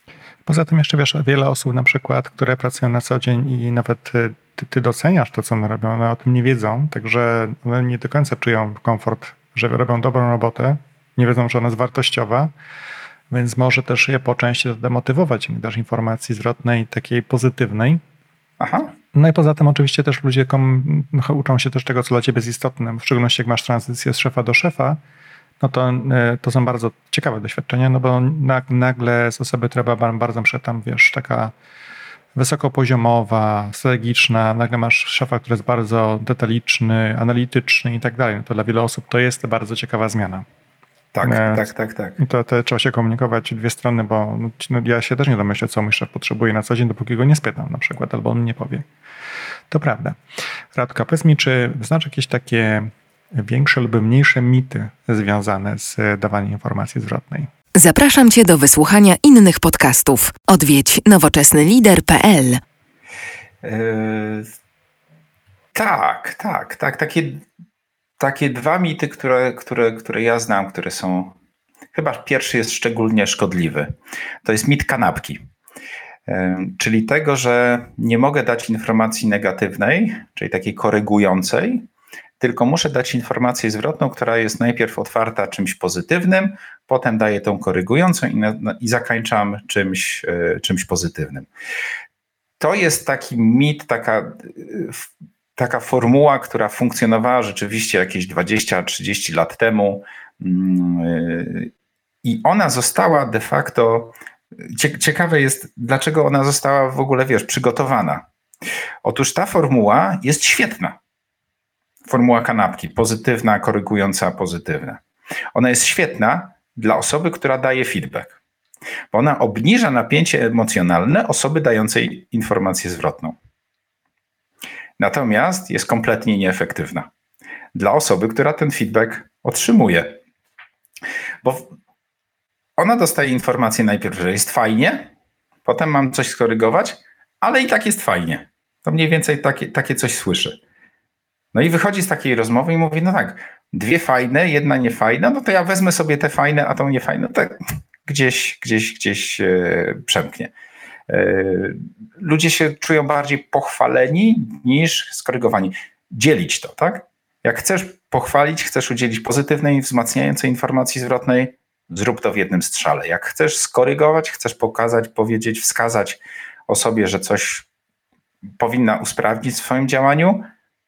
Speaker 2: Poza tym jeszcze wiesz, wiele osób na przykład, które pracują na co dzień i nawet ty, ty doceniasz to, co one robią, one o tym nie wiedzą, także one nie do końca czują komfort, że robią dobrą robotę, nie wiedzą, że ona jest wartościowa, więc może też je po części demotywować, im dasz informacji zwrotnej, takiej pozytywnej.
Speaker 3: Aha.
Speaker 2: No i poza tym oczywiście też ludzie kom, uczą się też tego, co dla ciebie jest istotne, w szczególności jak masz tranzycję z szefa do szefa, no to, to są bardzo ciekawe doświadczenia, no bo nagle z osoby, która bardzo tam, wiesz, taka wysokopoziomowa, strategiczna, nagle masz szefa, który jest bardzo detaliczny, analityczny i tak dalej. No to dla wielu osób to jest bardzo ciekawa zmiana.
Speaker 3: Tak,
Speaker 2: e,
Speaker 3: tak, tak, tak.
Speaker 2: To, to trzeba się komunikować dwie strony, bo no, ja się też nie domyślę, co mój szef potrzebuje na co dzień, dopóki go nie spytam na przykład, albo on nie powie. To prawda. Radka, powiedz mi, czy znasz jakieś takie większe lub mniejsze mity związane z dawaniem informacji zwrotnej?
Speaker 4: Zapraszam Cię do wysłuchania innych podcastów. Odwiedź nowoczesny lider kropka p l.
Speaker 3: Yy, tak, tak, tak. Takie, takie dwa mity, które, które, które ja znam, które są... Chyba pierwszy jest szczególnie szkodliwy. To jest mit kanapki. Yy, czyli tego, że nie mogę dać informacji negatywnej, czyli takiej korygującej, tylko muszę dać informację zwrotną, która jest najpierw otwarta czymś pozytywnym, potem daję tą korygującą i, na, i zakończam czymś, y, czymś pozytywnym. To jest taki mit, taka, y, taka formuła, która funkcjonowała rzeczywiście jakieś dwadzieścia trzydzieści lat temu y, i ona została de facto, cie, ciekawe jest, dlaczego ona została w ogóle, wiesz, przygotowana. Otóż ta formuła jest świetna. Formuła kanapki, pozytywna, korygująca, pozytywna. Ona jest świetna dla osoby, która daje feedback, bo ona obniża napięcie emocjonalne osoby dającej informację zwrotną. Natomiast jest kompletnie nieefektywna dla osoby, która ten feedback otrzymuje. Bo ona dostaje informację najpierw, że jest fajnie, potem mam coś skorygować, ale i tak jest fajnie. To mniej więcej takie, takie coś słyszy. No i wychodzi z takiej rozmowy i mówi, no tak, dwie fajne, jedna niefajna, no to ja wezmę sobie te fajne, a tą niefajną, tak gdzieś, gdzieś, gdzieś e, przemknie. E, ludzie się czują bardziej pochwaleni niż skorygowani. Dzielić to, tak? Jak chcesz pochwalić, chcesz udzielić pozytywnej, wzmacniającej informacji zwrotnej, zrób to w jednym strzale. Jak chcesz skorygować, chcesz pokazać, powiedzieć, wskazać osobie, że coś powinna usprawnić w swoim działaniu,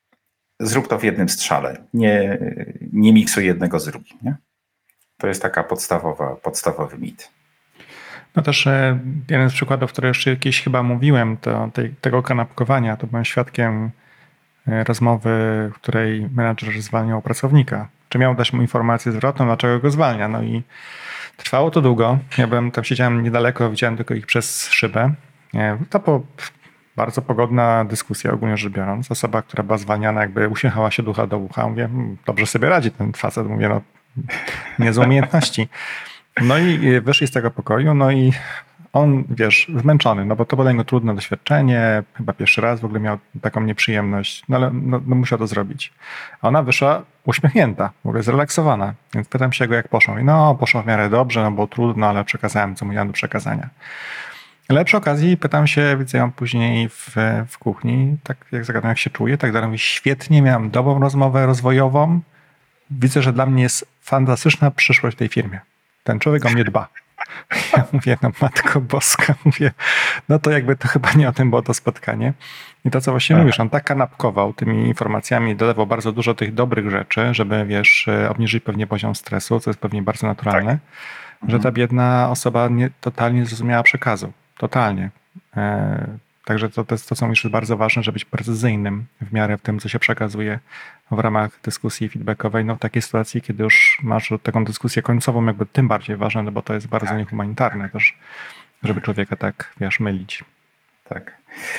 Speaker 3: zrób to w jednym strzale. Nie, nie miksuj jednego z drugim. Nie? To jest taka podstawowa, podstawowy mit.
Speaker 2: No też jeden z przykładów, który jeszcze kiedyś chyba mówiłem, to tej, tego kanapkowania, to byłem świadkiem rozmowy, w której menadżer zwalniał pracownika. Czy miał dać mu informację zwrotną, dlaczego go zwalnia. No i trwało to długo. Ja byłem tam, siedziałem niedaleko, widziałem tylko ich przez szybę. To po bardzo pogodna dyskusja, ogólnie rzecz biorąc. Osoba, która była zwalniana, jakby uśmiechała się ducha do ucha. Mówię, dobrze sobie radzi ten facet. Mówię, no niezłe umiejętności. No i wyszli z tego pokoju, no i on, wiesz, zmęczony, no bo to było dla niego trudne doświadczenie, chyba pierwszy raz w ogóle miał taką nieprzyjemność, no ale no, no musiał to zrobić. A ona wyszła uśmiechnięta, w ogóle zrelaksowana, więc pytam się go, jak poszło. I no, poszło w miarę dobrze, no było trudno, ale przekazałem, co miałem do przekazania. Ale przy okazji pytam się, widzę ją później w, w kuchni, tak jak zagadam, jak się czuję, tak dalej. Mówi, świetnie, miałem dobrą rozmowę rozwojową, widzę, że dla mnie jest fantastyczna przyszłość w tej firmie. Ten człowiek o mnie dba. Ja mówię, no Matko Boska, mówię, no to jakby to chyba nie o tym było to spotkanie. I to, co właśnie Aha. mówisz, on tak kanapkował tymi informacjami, dodawał bardzo dużo tych dobrych rzeczy, żeby, wiesz, obniżyć pewnie poziom stresu, co jest pewnie bardzo naturalne, tak. że ta biedna osoba nie, totalnie nie zrozumiała przekazu. Totalnie. E, także to, to, to co mówisz, jest bardzo ważne, żeby być precyzyjnym w miarę w tym, co się przekazuje w ramach dyskusji feedbackowej. No w takiej sytuacji, kiedy już masz taką dyskusję końcową, jakby tym bardziej ważne, no bo to jest bardzo tak. niehumanitarne też, żeby człowieka tak, wiesz, mylić.
Speaker 3: Tak.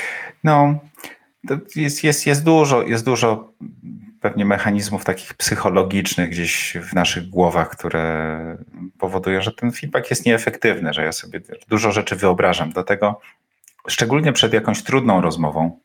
Speaker 3: No, to jest, jest, jest dużo, jest dużo pewnie mechanizmów takich psychologicznych gdzieś w naszych głowach, które powodują, że ten feedback jest nieefektywny, że ja sobie dużo rzeczy wyobrażam. Dlatego szczególnie przed jakąś trudną rozmową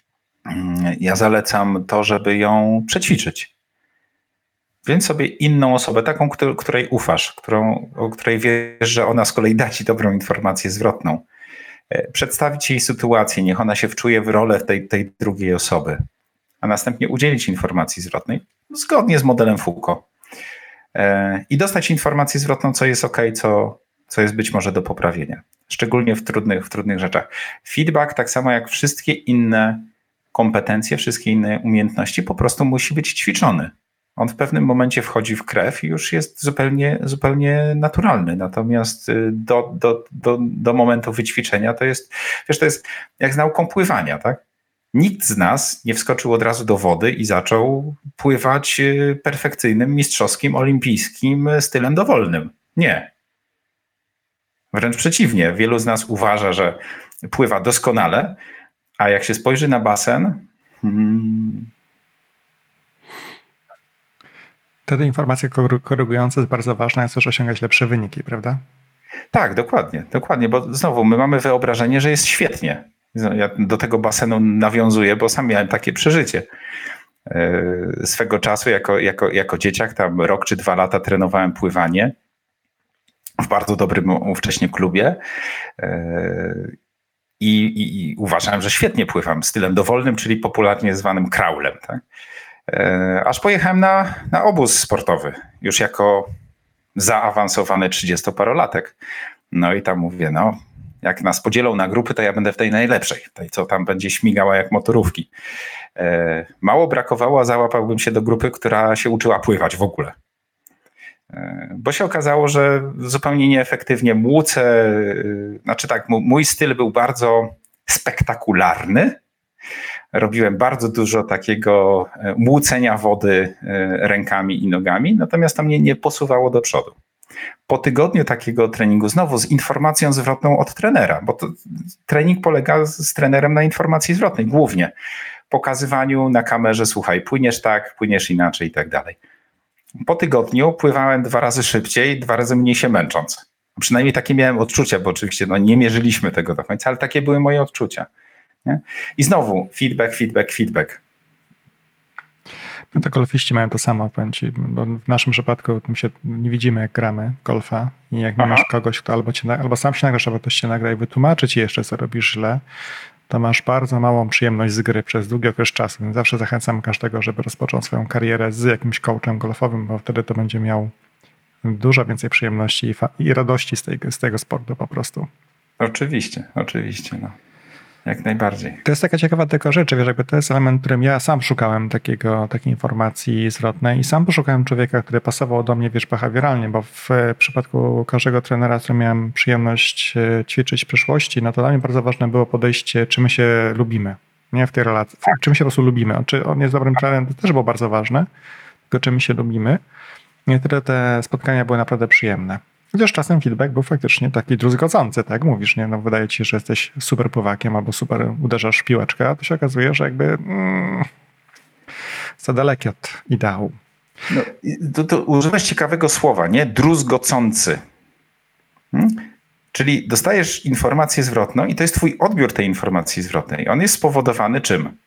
Speaker 3: ja zalecam to, żeby ją przećwiczyć. Więc sobie inną osobę, taką, której ufasz, którą, o której wiesz, że ona z kolei da ci dobrą informację zwrotną. przedstawić jej sytuację, niech ona się wczuje w rolę tej, tej drugiej osoby, a następnie udzielić informacji zwrotnej zgodnie z modelem Foucault i dostać informację zwrotną, co jest ok, co, co jest być może do poprawienia, szczególnie w trudnych, w trudnych rzeczach. Feedback, tak samo jak wszystkie inne kompetencje, wszystkie inne umiejętności, po prostu musi być ćwiczony. On w pewnym momencie wchodzi w krew i już jest zupełnie, zupełnie naturalny. Natomiast do, do, do, do momentu wyćwiczenia to jest, wiesz, to jest jak z nauką pływania, tak? Nikt z nas nie wskoczył od razu do wody i zaczął pływać perfekcyjnym, mistrzowskim, olimpijskim stylem dowolnym. Nie. Wręcz przeciwnie. Wielu z nas uważa, że pływa doskonale, a jak się spojrzy na basen... Hmm,
Speaker 2: Te informacje korygujące jest bardzo ważne, jest też osiągać lepsze wyniki, prawda?
Speaker 3: Tak, dokładnie, dokładnie, bo znowu my mamy wyobrażenie, że jest świetnie. Ja do tego basenu nawiązuję, bo sam miałem takie przeżycie. Swego czasu jako, jako, jako dzieciak, tam rok czy dwa lata trenowałem pływanie w bardzo dobrym ówcześnie klubie i, i, i uważałem, że świetnie pływam stylem dowolnym, czyli popularnie zwanym kraulem, tak? Aż pojechałem na, na obóz sportowy, już jako zaawansowany trzydziestoparolatek. No i tam mówię, no jak nas podzielą na grupy, to ja będę w tej najlepszej, tej co tam będzie śmigała jak motorówki. Mało brakowało, a załapałbym się do grupy, która się uczyła pływać w ogóle. Bo się okazało, że zupełnie nieefektywnie młócę, znaczy tak, mój styl był bardzo spektakularny. Robiłem bardzo dużo takiego młócenia wody rękami i nogami, natomiast to mnie nie posuwało do przodu. Po tygodniu takiego treningu znowu z informacją zwrotną od trenera, bo to, trening polega z, z trenerem na informacji zwrotnej głównie. Pokazywaniu na kamerze, słuchaj, płyniesz tak, płyniesz inaczej i tak dalej. Po tygodniu pływałem dwa razy szybciej, dwa razy mniej się męcząc. Przynajmniej takie miałem odczucia, bo oczywiście no, nie mierzyliśmy tego do końca, ale takie były moje odczucia. Nie? I znowu feedback, feedback, feedback.
Speaker 2: No to golfiści mają to samo, powiem ci, bo w naszym przypadku my się nie widzimy, jak gramy golfa i jak nie Aha. masz kogoś, kto albo, cię, albo sam się nagrasz, albo ktoś cię nagra i wytłumaczy ci jeszcze, co robisz źle, to masz bardzo małą przyjemność z gry przez długi okres czasu. Więc zawsze zachęcam każdego, żeby rozpoczął swoją karierę z jakimś coachem golfowym, bo wtedy to będzie miał dużo więcej przyjemności i, fa- i radości z, tej, z tego sportu po prostu.
Speaker 3: Oczywiście, oczywiście, no. Jak najbardziej.
Speaker 2: To jest taka ciekawa tylko rzecz, wiesz, jakby to jest element, którym ja sam szukałem takiego, takiej informacji zwrotnej i sam poszukałem człowieka, który pasował do mnie, wiesz, behawioralnie, bo w przypadku każdego trenera, z którym miałem przyjemność ćwiczyć w przeszłości, no to dla mnie bardzo ważne było podejście, czy my się lubimy, nie w tej relacji, czy my się po prostu lubimy. Czy on jest dobrym trenerem, to też było bardzo ważne, tylko czy my się lubimy. I wtedy te spotkania były naprawdę przyjemne. Chociaż czasem feedback był faktycznie taki druzgocący, tak mówisz, nie? No wydaje ci się, że jesteś super pływakiem albo super uderzasz w piłeczkę, a to się okazuje, że jakby mm, za dalekie od ideału.
Speaker 3: No, to, to używasz ciekawego słowa, nie? Druzgocący. Hmm? Czyli dostajesz informację zwrotną i to jest twój odbiór tej informacji zwrotnej. On jest spowodowany czym?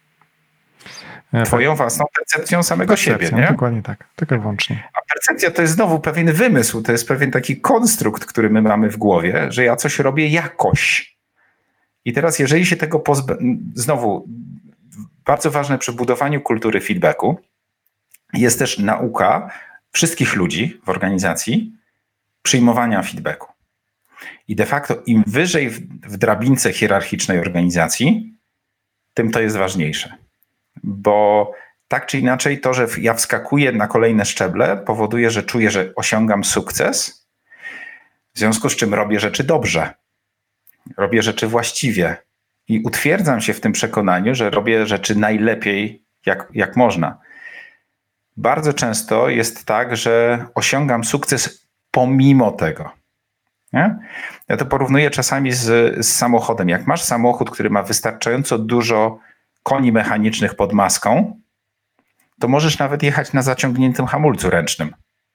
Speaker 3: Twoją własną percepcją samego percepcją, siebie, nie?
Speaker 2: Dokładnie tak, tylko i wyłącznie.
Speaker 3: A percepcja to jest znowu pewien wymysł, to jest pewien taki konstrukt, który my mamy w głowie, że ja coś robię jakoś. I teraz jeżeli się tego pozbę... Znowu, bardzo ważne przy budowaniu kultury feedbacku jest też nauka wszystkich ludzi w organizacji przyjmowania feedbacku. I de facto im wyżej w, w drabince hierarchicznej organizacji, tym to jest ważniejsze. Bo tak czy inaczej to, że ja wskakuję na kolejne szczeble, powoduje, że czuję, że osiągam sukces, w związku z czym robię rzeczy dobrze, robię rzeczy właściwie i utwierdzam się w tym przekonaniu, że robię rzeczy najlepiej, jak, jak można. Bardzo często jest tak, że osiągam sukces pomimo tego. Nie? Ja to porównuję czasami z, z samochodem. Jak masz samochód, który ma wystarczająco dużo koni mechanicznych pod maską, to możesz nawet jechać na zaciągniętym hamulcu ręcznym.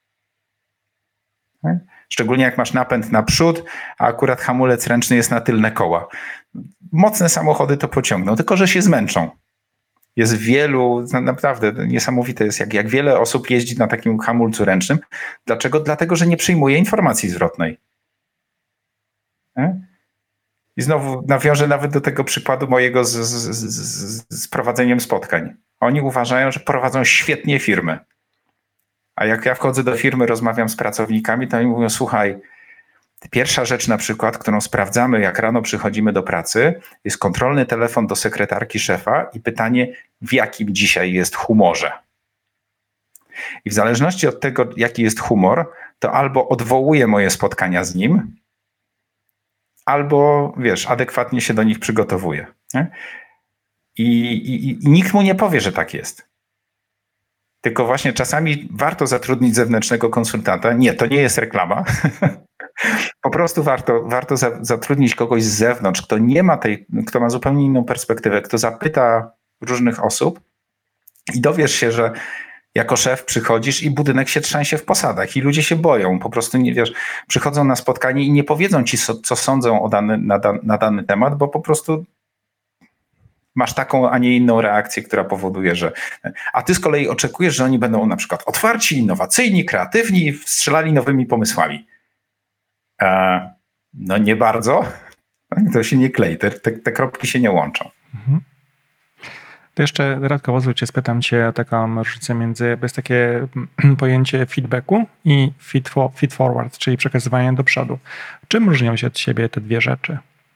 Speaker 3: Nie? Szczególnie jak masz napęd na przód, a akurat hamulec ręczny jest na tylne koła. Mocne samochody to pociągną, tylko że się zmęczą. Jest wielu, naprawdę niesamowite jest, jak, jak wiele osób jeździ na takim hamulcu ręcznym. Dlaczego? Dlatego, że nie przyjmuje informacji zwrotnej. Nie? I znowu nawiążę nawet do tego przykładu mojego z, z, z, z prowadzeniem spotkań. Oni uważają, że prowadzą świetnie firmy. A jak ja wchodzę do firmy, rozmawiam z pracownikami, to oni mówią, słuchaj, pierwsza rzecz na przykład, którą sprawdzamy, jak rano przychodzimy do pracy, jest kontrolny telefon do sekretarki szefa i pytanie, w jakim dzisiaj jest humorze. I w zależności od tego, jaki jest humor, to albo odwołuję moje spotkania z nim, albo, wiesz, adekwatnie się do nich przygotowuję. Nie? I, i, I nikt mu nie powie, że tak jest. Tylko właśnie czasami warto zatrudnić zewnętrznego konsultanta. Nie, to nie jest reklama. Po prostu warto, warto za, zatrudnić kogoś z zewnątrz, kto nie ma tej, kto ma zupełnie inną perspektywę, kto zapyta różnych osób i dowiesz się, że jako szef przychodzisz i budynek się trzęsie w posadach i ludzie się boją. Po prostu nie wiesz, przychodzą na spotkanie i nie powiedzą ci, co, co sądzą o dany, na, dan, na dany temat, bo po prostu masz taką, a nie inną reakcję, która powoduje, że... A ty z kolei oczekujesz, że oni będą na przykład otwarci, innowacyjni, kreatywni, strzelali nowymi pomysłami. E, no nie bardzo. To się nie klei, te, te, te kropki się nie łączą.
Speaker 2: Mhm. To jeszcze dodatkowo pozwól cię, spytam cię o taką różnicę między, jest takie pojęcie feedbacku i feed, for, feed forward, czyli przekazywanie do przodu. Czym różnią się od siebie te dwie rzeczy?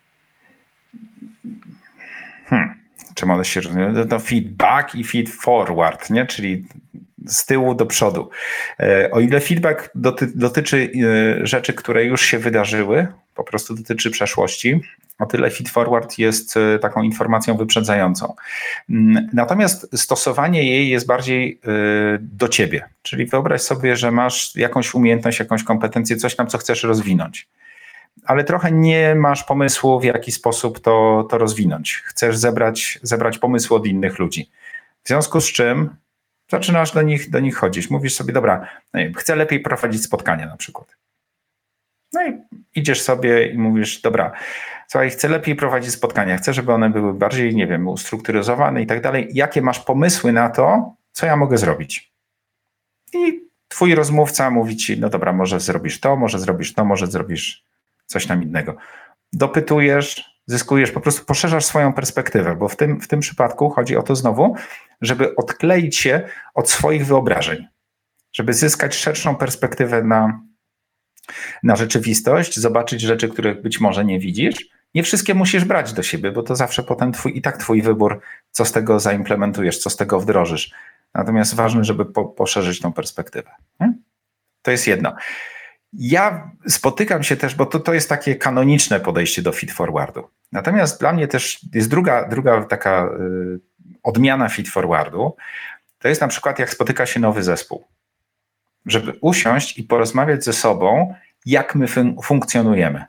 Speaker 3: Hmm. Czym one się różnią? No feedback i feed forward, nie? Czyli z tyłu do przodu. O ile feedback doty, dotyczy rzeczy, które już się wydarzyły, po prostu dotyczy przeszłości, o tyle feed forward jest taką informacją wyprzedzającą. Natomiast stosowanie jej jest bardziej do ciebie. Czyli wyobraź sobie, że masz jakąś umiejętność, jakąś kompetencję, coś tam, co chcesz rozwinąć. Ale trochę nie masz pomysłu, w jaki sposób to, to rozwinąć. Chcesz zebrać, zebrać pomysły od innych ludzi. W związku z czym zaczynasz do nich, do nich chodzić. Mówisz sobie, dobra, no nie, chcę lepiej prowadzić spotkania na przykład. No i idziesz sobie i mówisz, dobra, słuchaj, chcę lepiej prowadzić spotkania, chcę, żeby one były bardziej, nie wiem, ustrukturyzowane i tak dalej. Jakie masz pomysły na to, co ja mogę zrobić? I twój rozmówca mówi ci, no dobra, może zrobisz to, może zrobisz to, może zrobisz coś tam innego. Dopytujesz, zyskujesz, po prostu poszerzasz swoją perspektywę, bo w tym, w tym przypadku chodzi o to znowu, żeby odkleić się od swoich wyobrażeń, żeby zyskać szerszą perspektywę na, na rzeczywistość, zobaczyć rzeczy, których być może nie widzisz. Nie wszystkie musisz brać do siebie, bo to zawsze potem twój, i tak twój wybór, co z tego zaimplementujesz, co z tego wdrożysz. Natomiast ważne, żeby po, poszerzyć tą perspektywę. Nie? To jest jedno. Ja spotykam się też, bo to, to jest takie kanoniczne podejście do feed forwardu. Natomiast dla mnie też jest druga, druga taka y, odmiana feed forwardu. To jest na przykład, jak spotyka się nowy zespół. Żeby usiąść i porozmawiać ze sobą, jak my fun- funkcjonujemy.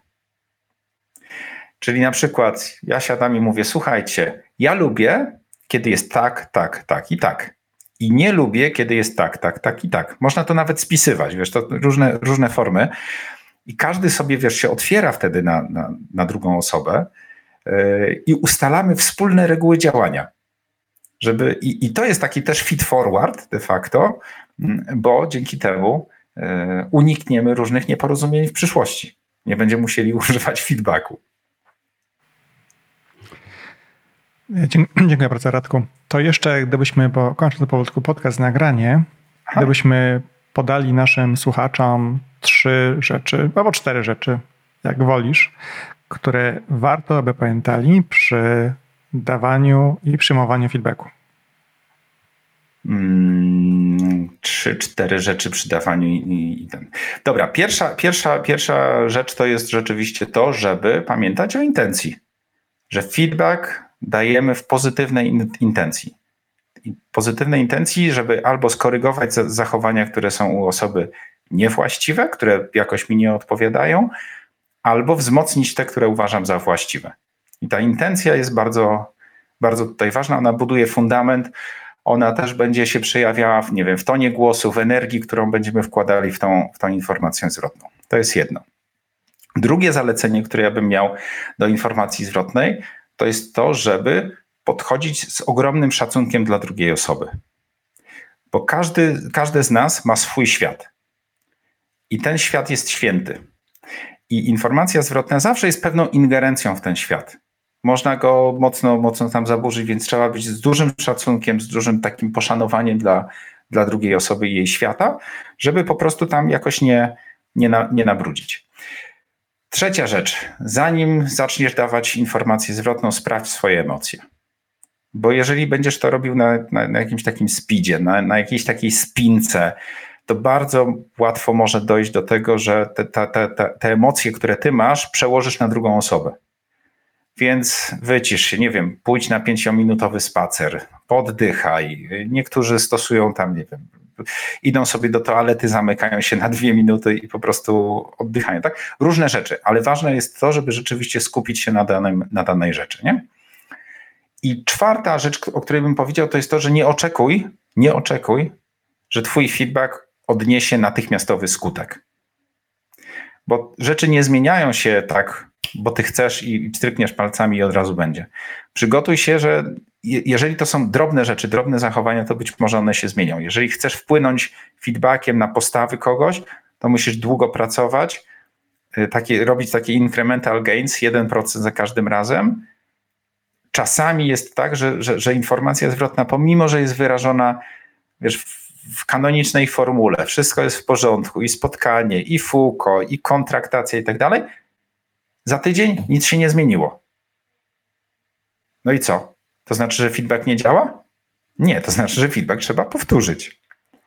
Speaker 3: Czyli na przykład ja siadam i mówię, słuchajcie, ja lubię, kiedy jest tak, tak, tak i tak. I nie lubię, kiedy jest tak, tak, tak i tak. Można to nawet spisywać, wiesz, to różne, różne formy. I każdy sobie, wiesz, się otwiera wtedy na, na, na drugą osobę yy, i ustalamy wspólne reguły działania. Żeby, i, I to jest taki też feed forward de facto, bo dzięki temu yy, unikniemy różnych nieporozumień w przyszłości. Nie będziemy musieli używać feedbacku.
Speaker 2: Dziękuję bardzo, Radku. To jeszcze gdybyśmy, bo kończąc powolutku podcast, nagranie, Aha. gdybyśmy podali naszym słuchaczom trzy rzeczy, albo cztery rzeczy, jak wolisz, które warto, aby pamiętali przy dawaniu i przyjmowaniu feedbacku.
Speaker 3: Hmm, trzy, cztery rzeczy przy dawaniu i, i ten. Dobra, pierwsza, pierwsza, pierwsza rzecz to jest rzeczywiście to, żeby pamiętać o intencji, że feedback dajemy w pozytywnej intencji. Pozytywnej intencji, żeby albo skorygować zachowania, które są u osoby niewłaściwe, które jakoś mi nie odpowiadają, albo wzmocnić te, które uważam za właściwe. I ta intencja jest bardzo, bardzo tutaj ważna. Ona buduje fundament. Ona też będzie się przejawiała w, nie wiem, w tonie głosu, w energii, którą będziemy wkładali w tą, w tą informację zwrotną. To jest jedno. Drugie zalecenie, które ja bym miał do informacji zwrotnej, to jest to, żeby podchodzić z ogromnym szacunkiem dla drugiej osoby. Bo każdy, każdy z nas ma swój świat. I ten świat jest święty. I informacja zwrotna zawsze jest pewną ingerencją w ten świat. Można go mocno, mocno tam zaburzyć, więc trzeba być z dużym szacunkiem, z dużym takim poszanowaniem dla, dla drugiej osoby i jej świata, żeby po prostu tam jakoś nie, nie, na, nie nabrudzić. Trzecia rzecz. Zanim zaczniesz dawać informację zwrotną, sprawdź swoje emocje. Bo jeżeli będziesz to robił na, na, na jakimś takim speedzie, na, na jakiejś takiej spince, to bardzo łatwo może dojść do tego, że te, te, te, te emocje, które ty masz, przełożysz na drugą osobę. Więc wycisz się, nie wiem, pójdź na pięciominutowy spacer, poddychaj. Niektórzy stosują tam, nie wiem, idą sobie do toalety, zamykają się na dwie minuty i po prostu oddychają. Tak? Różne rzeczy, ale ważne jest to, żeby rzeczywiście skupić się na, danym, na danej rzeczy. Nie? I czwarta rzecz, o której bym powiedział, to jest to, że nie oczekuj, nie oczekuj, że twój feedback odniesie natychmiastowy skutek. Bo rzeczy nie zmieniają się tak, bo ty chcesz i strykniesz palcami i od razu będzie. Przygotuj się, że jeżeli to są drobne rzeczy, drobne zachowania, to być może one się zmienią. Jeżeli chcesz wpłynąć feedbackiem na postawy kogoś, to musisz długo pracować, takie, robić takie incremental gains, jeden procent za każdym razem. Czasami jest tak, że, że, że informacja zwrotna, pomimo że jest wyrażona, wiesz, w, w kanonicznej formule, wszystko jest w porządku, i spotkanie, i fuko, i kontraktacja i tak dalej, za tydzień nic się nie zmieniło. No i co? To znaczy, że feedback nie działa? Nie, to znaczy, że feedback trzeba powtórzyć.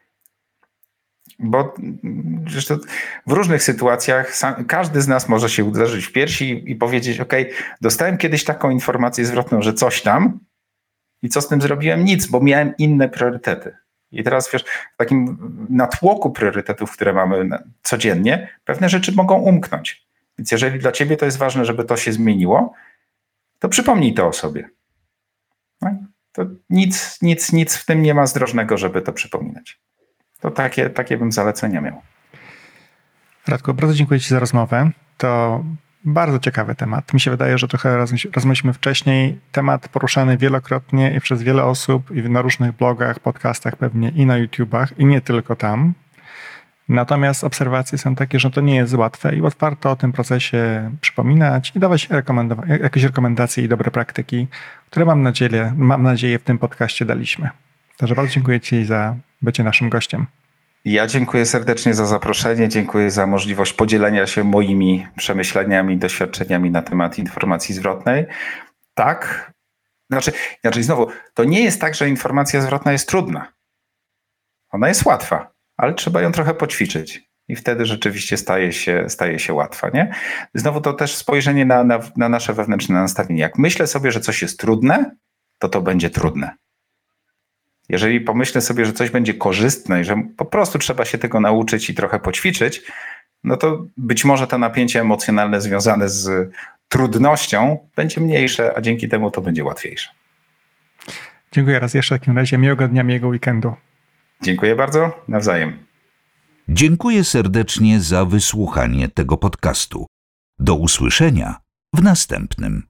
Speaker 3: Bo zresztą w różnych sytuacjach sam, każdy z nas może się uderzyć w piersi i, i powiedzieć, ok, dostałem kiedyś taką informację zwrotną, że coś tam i co z tym zrobiłem? Nic, bo miałem inne priorytety. I teraz wiesz, w takim natłoku priorytetów, które mamy codziennie, pewne rzeczy mogą umknąć. Więc jeżeli dla ciebie to jest ważne, żeby to się zmieniło, to przypomnij to o sobie. No, to nic, nic, nic w tym nie ma zdrożnego, żeby to przypominać. To takie, takie bym zalecenia miał.
Speaker 2: Radku, bardzo dziękuję ci za rozmowę. To bardzo ciekawy temat. Mi się wydaje, że trochę rozmawialiśmy wcześniej. Temat poruszany wielokrotnie i przez wiele osób i na różnych blogach, podcastach pewnie i na YouTubach i nie tylko tam. Natomiast obserwacje są takie, że to nie jest łatwe i warto o tym procesie przypominać i dawać rekomendowa- jakieś rekomendacje i dobre praktyki, które mam nadzieję, mam nadzieję w tym podcaście daliśmy. Także bardzo dziękuję ci za bycie naszym gościem.
Speaker 3: Ja dziękuję serdecznie za zaproszenie, dziękuję za możliwość podzielenia się moimi przemyśleniami, doświadczeniami na temat informacji zwrotnej. Tak, znaczy, znaczy znowu, to nie jest tak, że informacja zwrotna jest trudna. Ona jest łatwa, ale trzeba ją trochę poćwiczyć i wtedy rzeczywiście staje się, staje się łatwa. Nie? Znowu to też spojrzenie na, na, na nasze wewnętrzne nastawienie. Jak myślę sobie, że coś jest trudne, to to będzie trudne. Jeżeli pomyślę sobie, że coś będzie korzystne i że po prostu trzeba się tego nauczyć i trochę poćwiczyć, no to być może to napięcie emocjonalne związane z trudnością będzie mniejsze, a dzięki temu to będzie łatwiejsze.
Speaker 2: Dziękuję raz jeszcze w takim razie. Miłego dnia, miłego weekendu.
Speaker 3: Dziękuję bardzo. Nawzajem.
Speaker 1: Dziękuję serdecznie za wysłuchanie tego podcastu. Do usłyszenia w następnym.